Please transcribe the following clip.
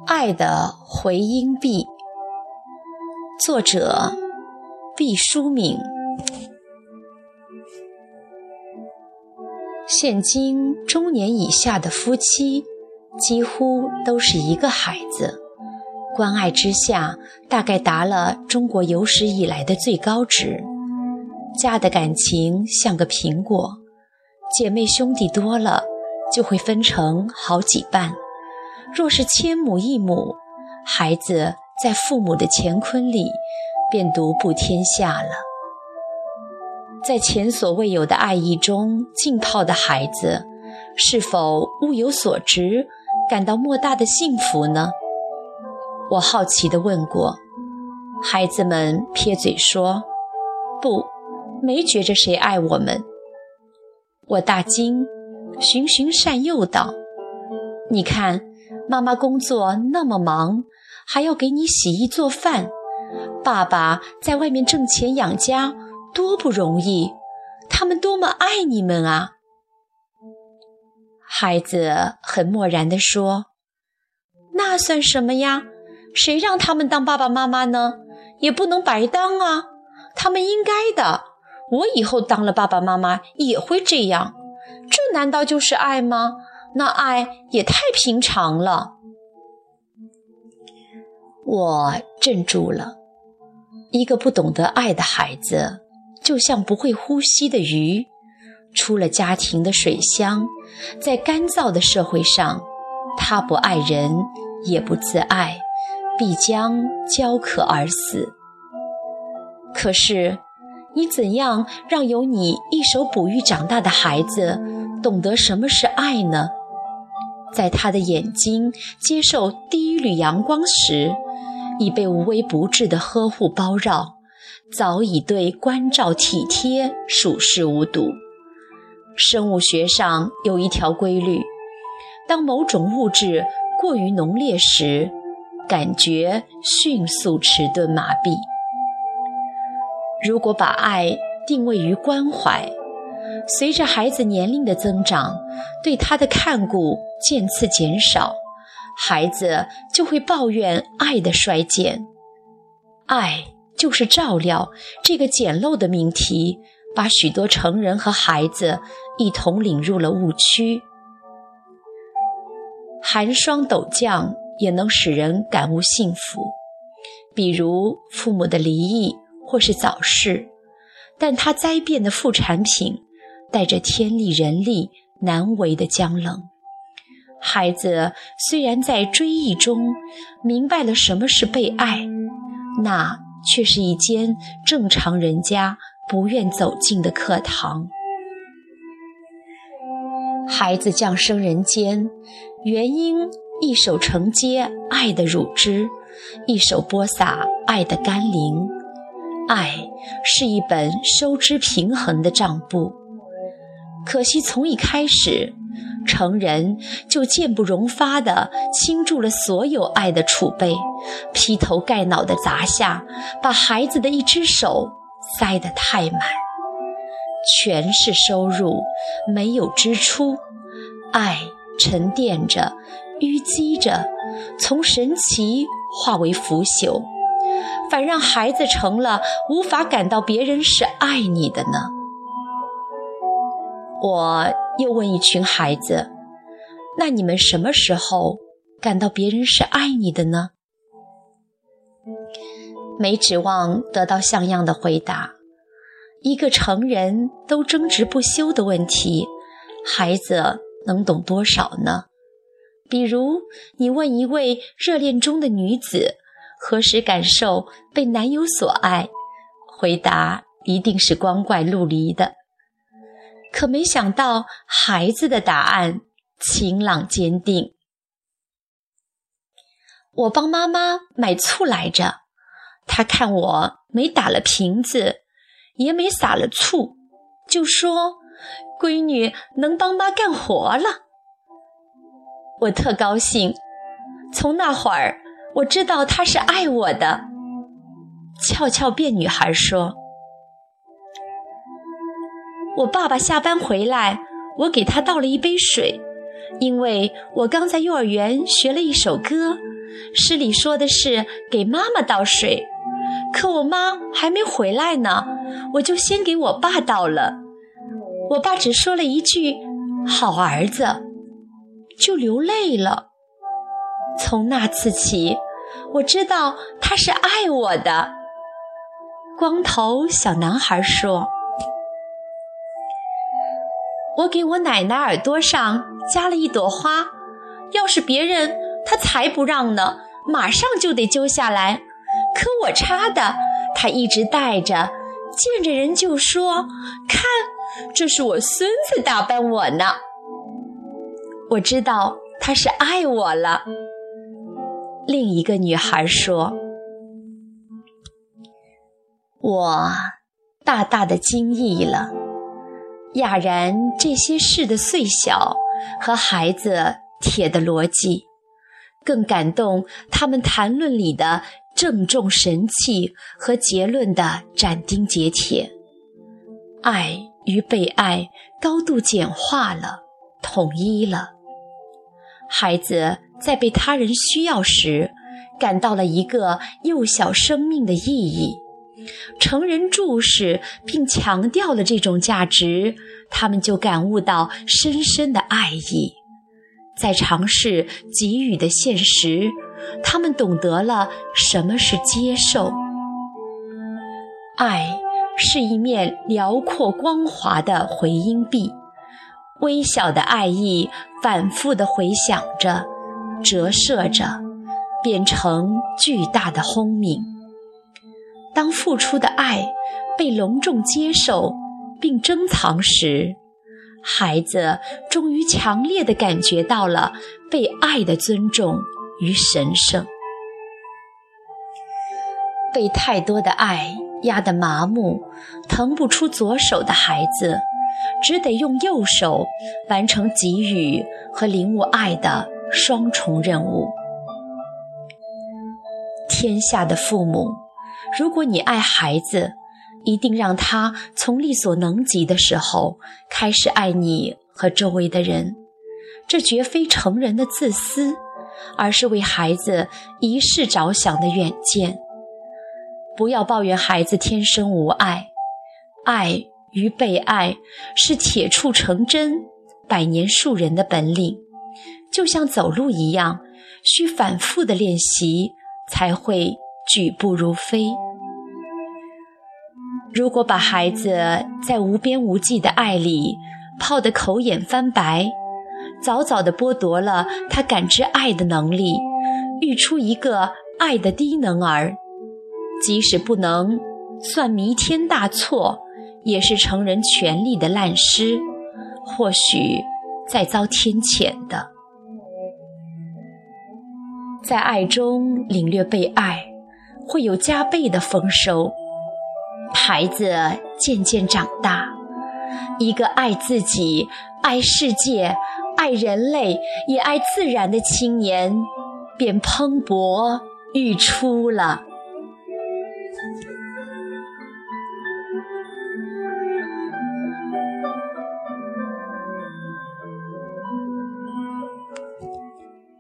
爱的回音壁，作者毕淑敏。现今中年以下的夫妻几乎都是一个孩子，关爱之下大概达了中国有史以来的最高值。家的感情像个苹果，姐妹兄弟多了就会分成好几半，若是千亩一亩，孩子在父母的乾坤里便独步天下了。在前所未有的爱意中浸泡的孩子，是否物有所值，感到莫大的幸福呢？我好奇地问过，孩子们撇嘴说，不，没觉着谁爱我们。我大惊，循循善诱道，你看，妈妈工作那么忙，还要给你洗衣做饭，爸爸在外面挣钱养家，多不容易，他们多么爱你们啊！孩子很漠然地说，那算什么呀？谁让他们当爸爸妈妈呢？也不能白当啊，他们应该的，我以后当了爸爸妈妈也会这样，这难道就是爱吗？那爱也太平常了。我镇住了，一个不懂得爱的孩子，就像不会呼吸的鱼，出了家庭的水箱，在干燥的社会上，他不爱人，也不自爱，必将焦渴而死。可是，你怎样让有你一手哺育长大的孩子懂得什么是爱呢？在他的眼睛接受第一缕阳光时，已被无微不至的呵护包绕，早已对关照体贴熟视无睹。生物学上有一条规律，当某种物质过于浓烈时，感觉迅速迟钝麻痹。如果把爱定位于关怀，随着孩子年龄的增长，对他的看顾渐次减少，孩子就会抱怨爱的衰减。爱就是照料这个简陋的命题，把许多成人和孩子一同领入了误区。寒霜陡降也能使人感悟幸福，比如父母的离异或是早逝，但它灾变的副产品带着天力人力难为的僵冷。孩子虽然在追忆中明白了什么是被爱，那却是一间正常人家不愿走进的课堂。孩子降生人间，原因一手承接爱的乳汁，一手播撒爱的甘霖。爱是一本收支平衡的账簿，可惜从一开始，成人就渐不容发地倾注了所有爱的储备，劈头盖脑地砸下，把孩子的一只手塞得太满，全是收入，没有支出。爱沉淀着，淤积着，从神奇化为腐朽，反让孩子成了无法感到别人是爱你的呢。我又问一群孩子，那你们什么时候感到别人是爱你的呢？没指望得到像样的回答。一个成人都争执不休的问题，孩子能懂多少呢？比如你问一位热恋中的女子，何时感受被男友所爱，回答一定是光怪陆离的。可没想到孩子的答案晴朗坚定。我帮妈妈买醋来着，她看我没打了瓶子，也没撒了醋，就说闺女能帮妈干活了。我特高兴，从那会儿我知道她是爱我的。俏俏变女孩说，我爸爸下班回来，我给他倒了一杯水，因为我刚在幼儿园学了一首歌， 诗里说的是给妈妈倒水，可我妈还没回来呢，我就先给我爸倒了。我爸只说了一句好儿子，就流泪了。从那次起，我知道他是爱我的。光头小男孩说，我给我奶奶耳朵上加了一朵花，要是别人他才不让呢，马上就得揪下来，可我插的他一直戴着，见着人就说，看，这是我孙子打扮我呢。我知道他是爱我了。另一个女孩说，我大大的惊异了，哑然这些事的碎小和孩子铁的逻辑，更感动他们谈论里的郑重神气和结论的斩钉截铁。爱与被爱高度简化了，统一了。孩子在被他人需要时，感到了一个幼小生命的意义。成人注视并强调了这种价值，他们就感悟到深深的爱意。在尝试给予的现实，他们懂得了什么是接受。爱是一面辽阔光滑的回音壁，微小的爱意反复地回响着，折射着，变成巨大的轰鸣。当付出的爱被隆重接受并珍藏时，孩子终于强烈地感觉到了被爱的尊重与神圣。被太多的爱压得麻木，腾不出左手的孩子，只得用右手完成给予和领悟爱的双重任务。天下的父母，如果你爱孩子，一定让他从力所能及的时候开始爱你和周围的人。这绝非成人的自私，而是为孩子一世着想的远见。不要抱怨孩子天生无爱，爱与被爱是铁杵成针、百年树人的本领，就像走路一样，需反复的练习才会举步如飞。如果把孩子在无边无际的爱里泡得口眼翻白，早早地剥夺了他感知爱的能力，育出一个爱的低能儿，即使不能算弥天大错，也是成人权利的滥施，或许再遭天谴的。在爱中领略被爱，会有加倍的丰收。孩子渐渐长大，一个爱自己、爱世界、爱人类也爱自然的青年便蓬勃育出了。